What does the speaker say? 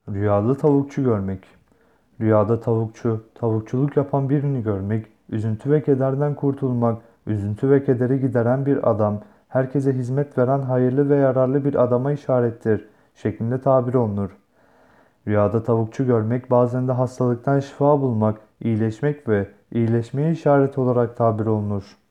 Rüyada tavukçu görmek. Rüyada tavukçu, tavukçuluk yapan birini görmek, üzüntü ve kederden kurtulmak, üzüntü ve kederi gideren bir adam, herkese hizmet veren hayırlı ve yararlı bir adama işarettir şeklinde tabir olunur. Rüyada tavukçu görmek bazen de hastalıktan şifa bulmak, iyileşmek ve iyileşmeye işaret olarak tabir olunur.